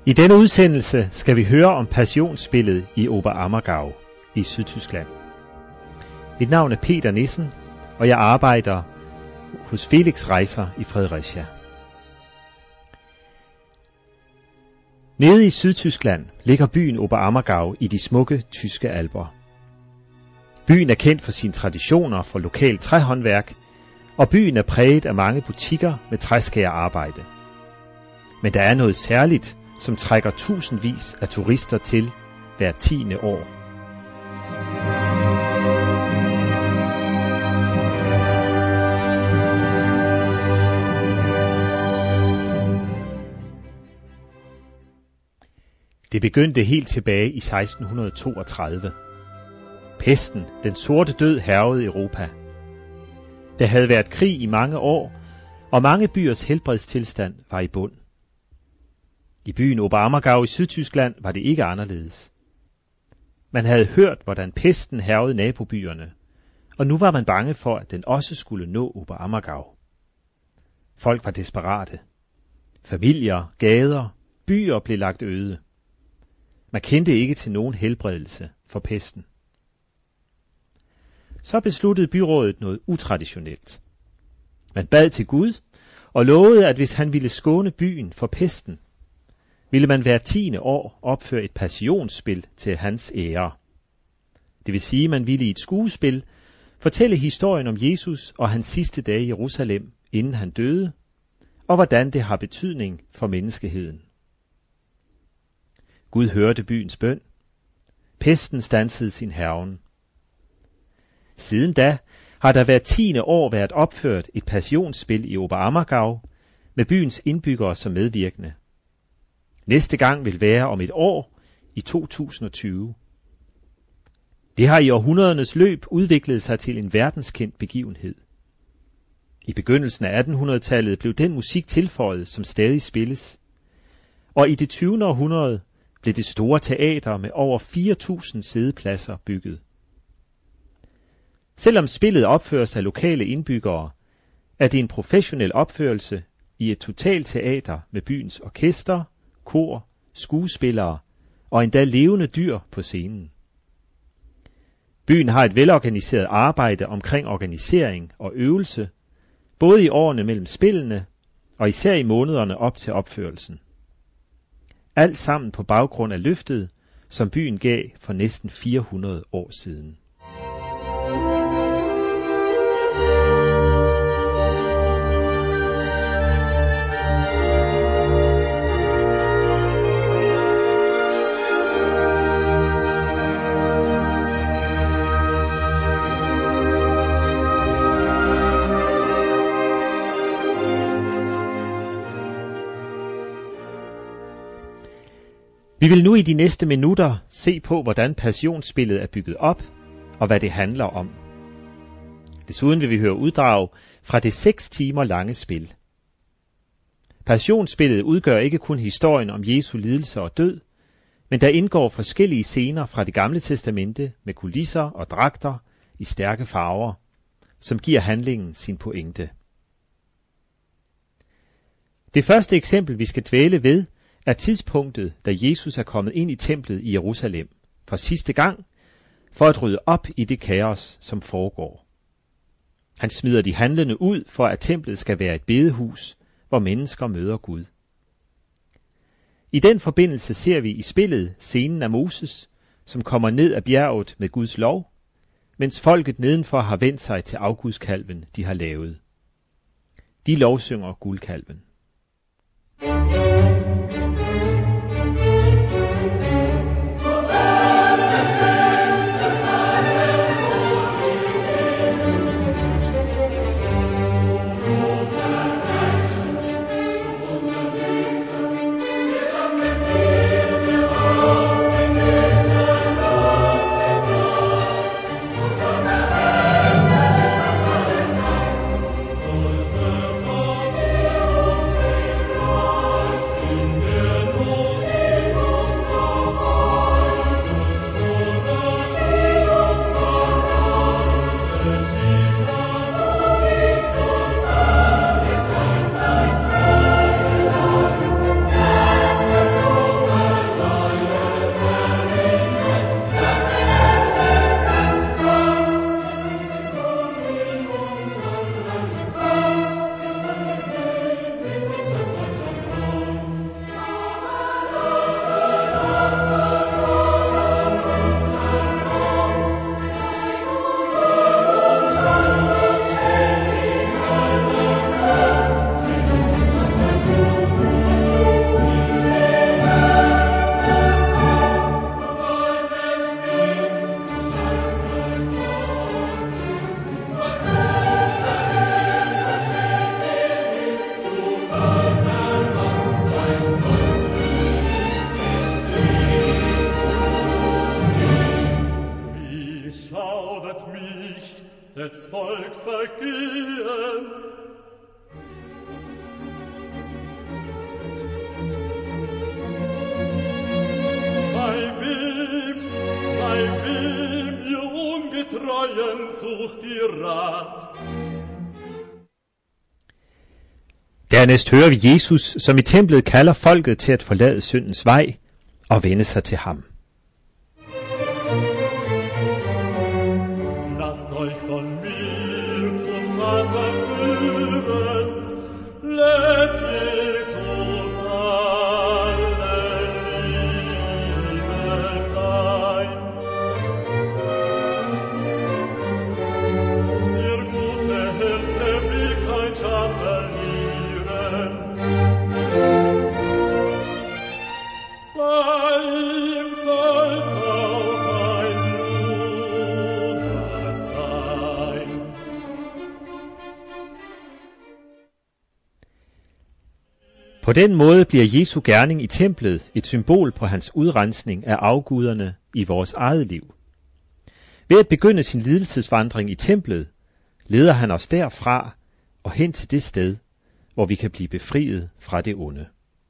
I denne udsendelse skal vi høre om passionsspillet i Oberammergau i Sydtyskland. Mit navn er Peter Nissen, og jeg arbejder hos Felix Rejser i Fredericia. Nede i Sydtyskland ligger byen Oberammergau i de smukke tyske alper. Byen er kendt for sine traditioner for lokalt træhåndværk, og byen er præget af mange butikker med træskærerarbejde. Men der er noget særligt, som trækker tusindvis af turister til hver 10. år. Det begyndte helt tilbage i 1632. Pesten, den sorte død, hærgede Europa. Der havde været krig i mange år, og mange byers helbredstilstand var i bund. I byen Oberammergau i Sydtyskland var det ikke anderledes. Man havde hørt, hvordan pesten hærgede nabobyerne, og nu var man bange for, at den også skulle nå Oberammergau. Folk var desperate. Familier, gader, byer blev lagt øde. Man kendte ikke til nogen helbredelse for pesten. Så besluttede byrådet noget utraditionelt. Man bad til Gud og lovede, at hvis han ville skåne byen for pesten, ville man hver 10. år opføre et passionsspil til hans ære. Det vil sige, at man ville i et skuespil fortælle historien om Jesus og hans sidste dage i Jerusalem, inden han døde, og hvordan det har betydning for menneskeheden. Gud hørte byens bøn. Pesten standsede sin hærgen. Siden da har der hver 10. år været opført et passionsspil i Oberammergau med byens indbyggere som medvirkende. Næste gang vil være om et år i 2020. Det har i århundredernes løb udviklet sig til en verdenskendt begivenhed. I begyndelsen af 1800-tallet blev den musik tilføjet, som stadig spilles. Og i det 20. århundrede blev det store teater med over 4.000 siddepladser bygget. Selvom spillet opføres af lokale indbyggere, er det en professionel opførelse i et totalt teater med byens orkester, kor, skuespillere og endda levende dyr på scenen. Byen har et velorganiseret arbejde omkring organisering og øvelse, både i årene mellem spillene og især i månederne op til opførelsen. Alt sammen på baggrund af løftet, som byen gav for næsten 400 år siden. Vi vil nu i de næste minutter se på, hvordan passionsspillet er bygget op, og hvad det handler om. Desuden vil vi høre uddrag fra det 6 timer lange spil. Passionsspillet udgør ikke kun historien om Jesu lidelse og død, men der indgår forskellige scener fra det gamle testamente med kulisser og dragter i stærke farver, som giver handlingen sin pointe. Det første eksempel, vi skal dvæle ved, er tidspunktet, da Jesus er kommet ind i templet i Jerusalem for sidste gang, for at rydde op i det kaos, som foregår. Han smider de handlende ud, for at templet skal være et bedehus, hvor mennesker møder Gud. I den forbindelse ser vi i spillet scenen af Moses, som kommer ned ad bjerget med Guds lov, mens folket nedenfor har vendt sig til afgudskalven, de har lavet. De lovsynger guldkalven. des Volks vergehen. Bei wem ihr Ungetreuen sucht ihr Rat? Dernæst hører vi Jesus, som i templet kalder folket til at forlade syndens vej og vende sig til ham. Lasst euch von mir zum Vater führen, lädt Jesus alle Liebe ein. Der gute Hirte will kein Schaf verlieren. Bei ihm sollt auch ein Bruder sein. På den måde bliver Jesu gerning i templet et symbol på hans udrensning af afguderne i vores eget liv. Ved at begynde sin lidelsesvandring i templet, leder han os derfra og hen til det sted, hvor vi kan blive befriet fra det onde.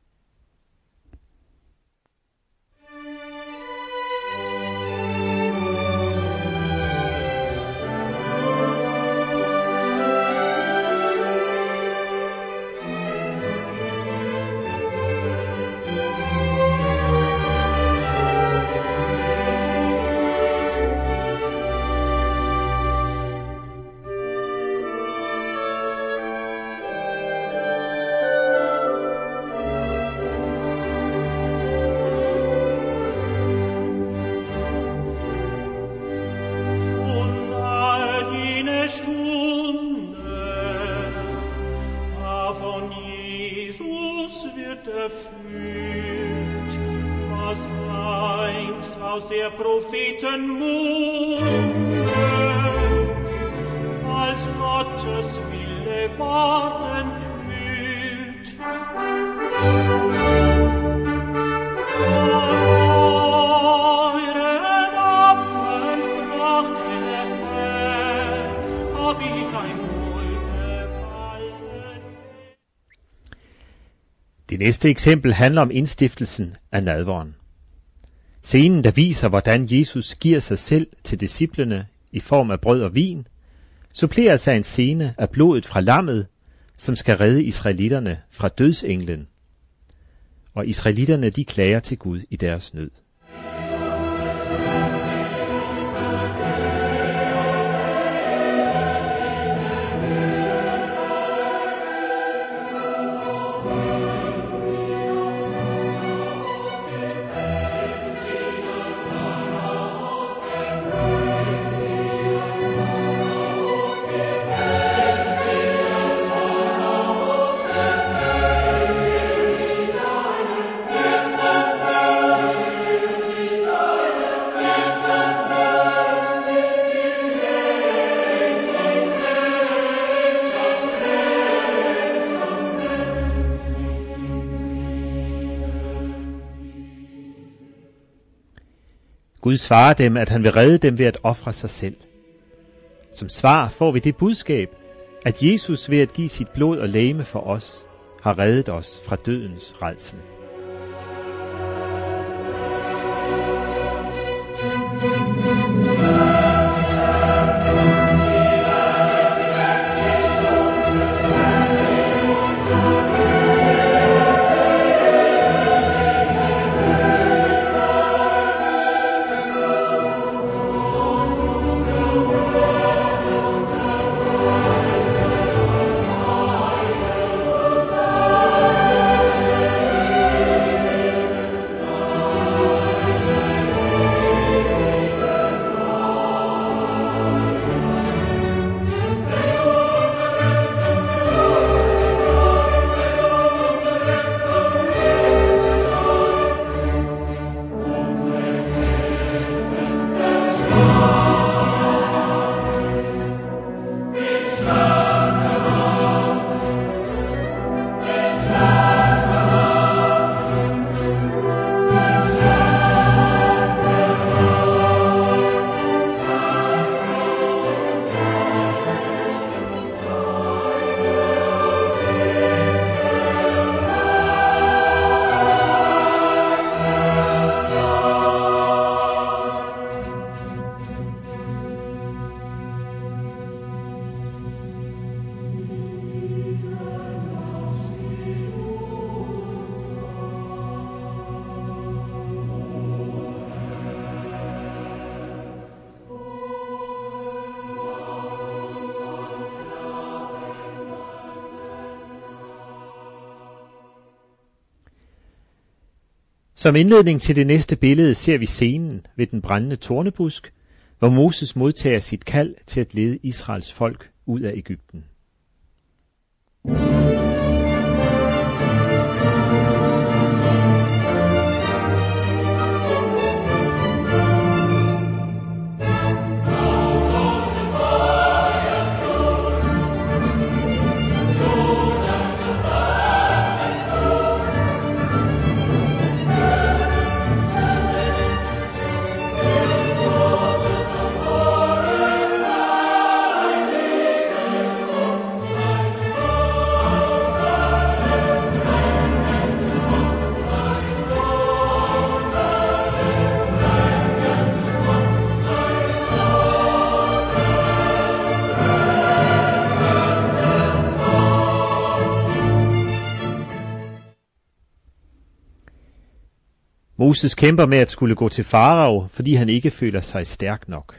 Der Propheten Munde, als Gottes Wille ward enthüllt. Von euren Opfern sprach der Herr, hab ich ein Wohlgefallen. Det næste eksempel handler om indstiftelsen af nadveren. Scenen, der viser, hvordan Jesus giver sig selv til disciplene i form af brød og vin, suppleres af en scene af blodet fra lammet, som skal redde israelitterne fra dødsenglen. Og israelitterne, de klager til Gud i deres nød. Gud svarer dem, at han vil redde dem ved at ofre sig selv. Som svar får vi det budskab, at Jesus ved at give sit blod og legeme for os, har reddet os fra dødens rædsel. Som indledning til det næste billede ser vi scenen ved den brændende tornebusk, hvor Moses modtager sit kald til at lede Israels folk ud af Egypten. Moses kæmper med at skulle gå til farao, fordi han ikke føler sig stærk nok.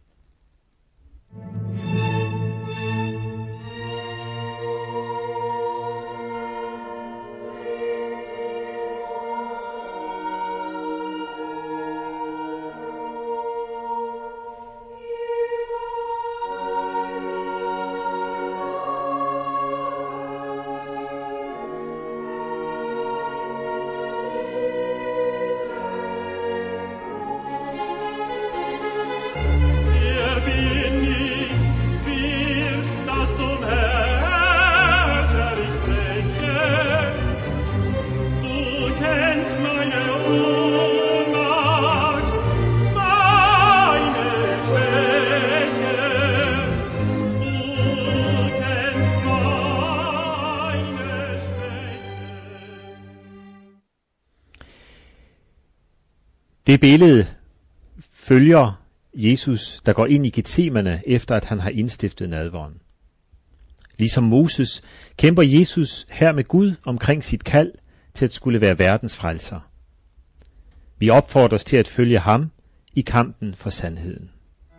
Det billede følger Jesus, der går ind i Getsemane, efter at han har indstiftet nadveren. Ligesom Moses kæmper Jesus her med Gud omkring sit kald til at skulle være verdens frelser. Vi opfordres til at følge ham i kampen for sandheden.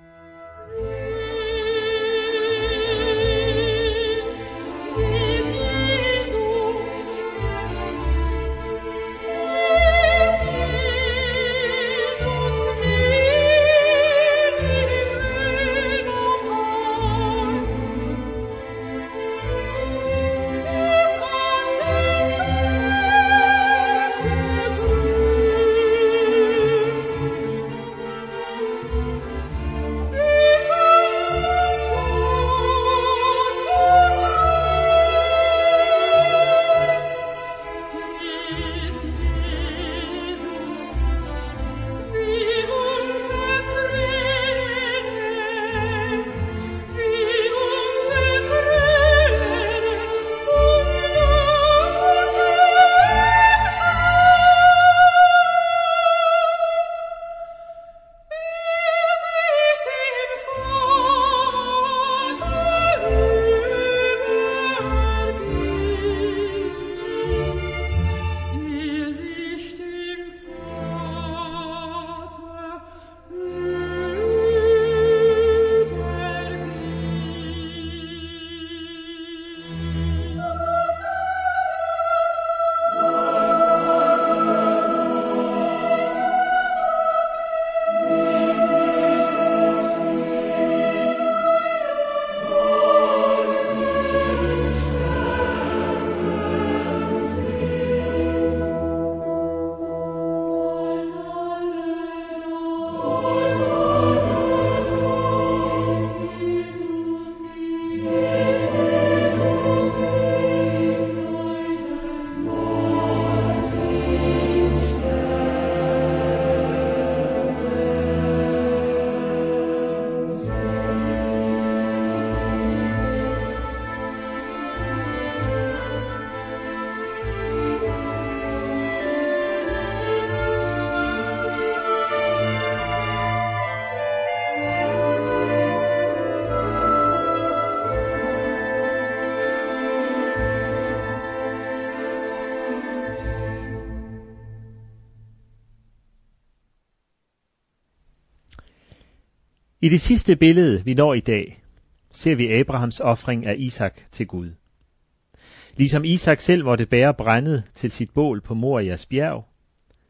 I det sidste billede, vi når i dag, ser vi Abrahams ofring af Isak til Gud. Ligesom Isak selv måtte bære brændet til sit bål på Morias bjerg,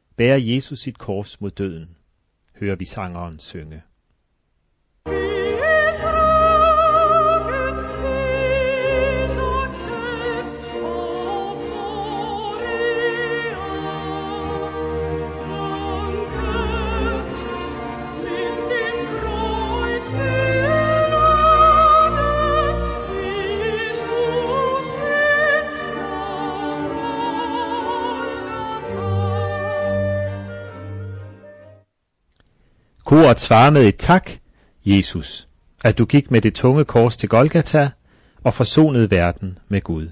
bærer Jesus sit kors mod døden, hører vi sangeren synge. Koret svarer med et tak, Jesus, at du gik med det tunge kors til Golgata og forsonede verden med Gud.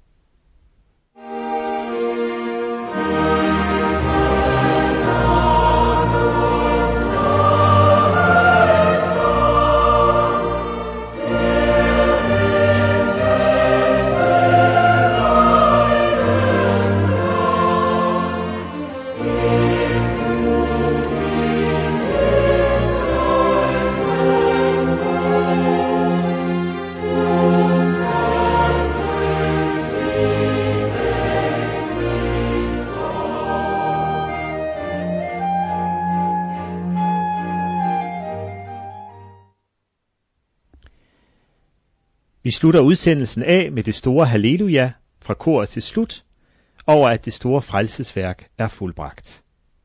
Vi slutter udsendelsen af med det store halleluja fra koret til slut, over at det store frelsesværk er fuldbragt.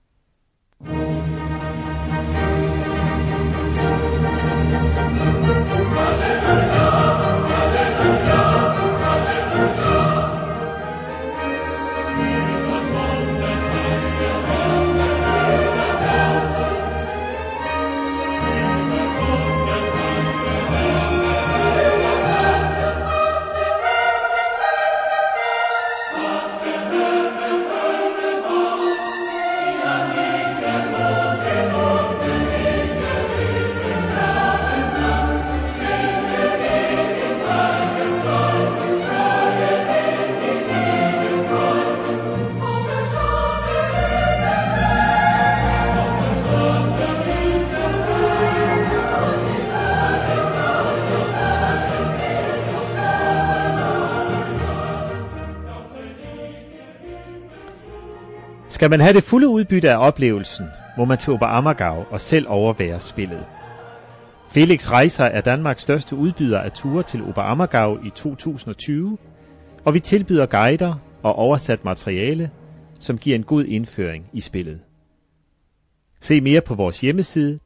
Skal man have det fulde udbytte af oplevelsen, må man til Oberammergau og selv overvære spillet. Felix Rejser er Danmarks største udbyder af ture til Oberammergau i 2020, og vi tilbyder guider og oversat materiale, som giver en god indføring i spillet. Se mere på vores hjemmeside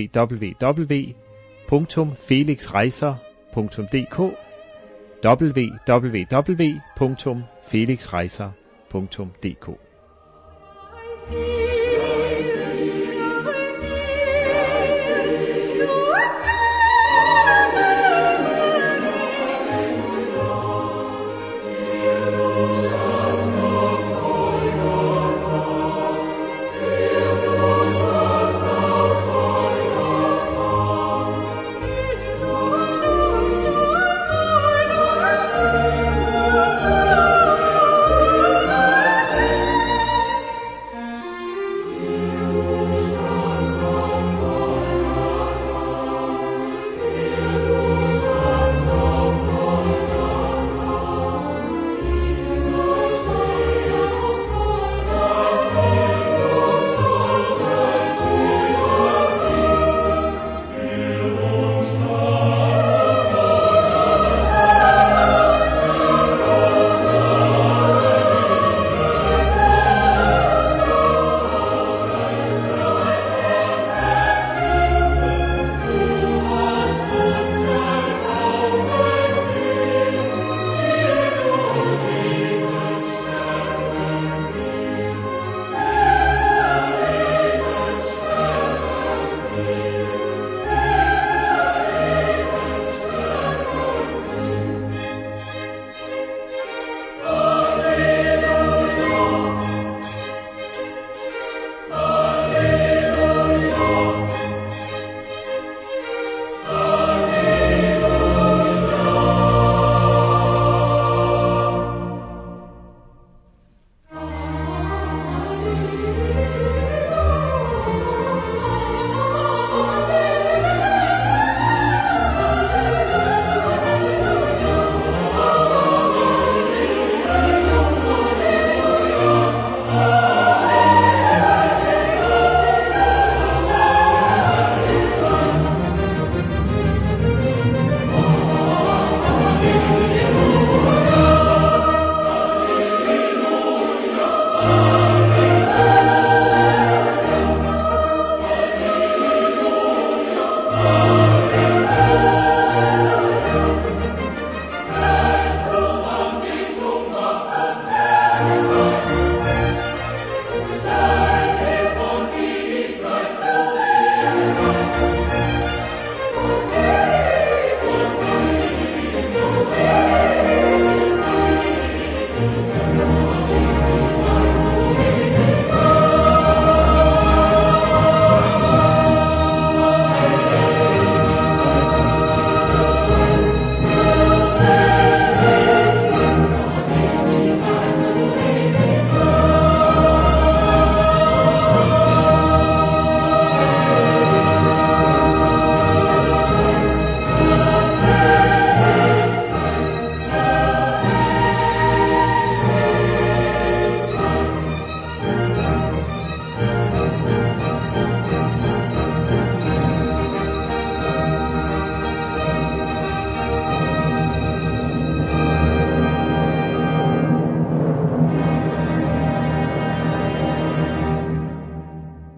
www.felixreiser.dk www.felixreiser.dk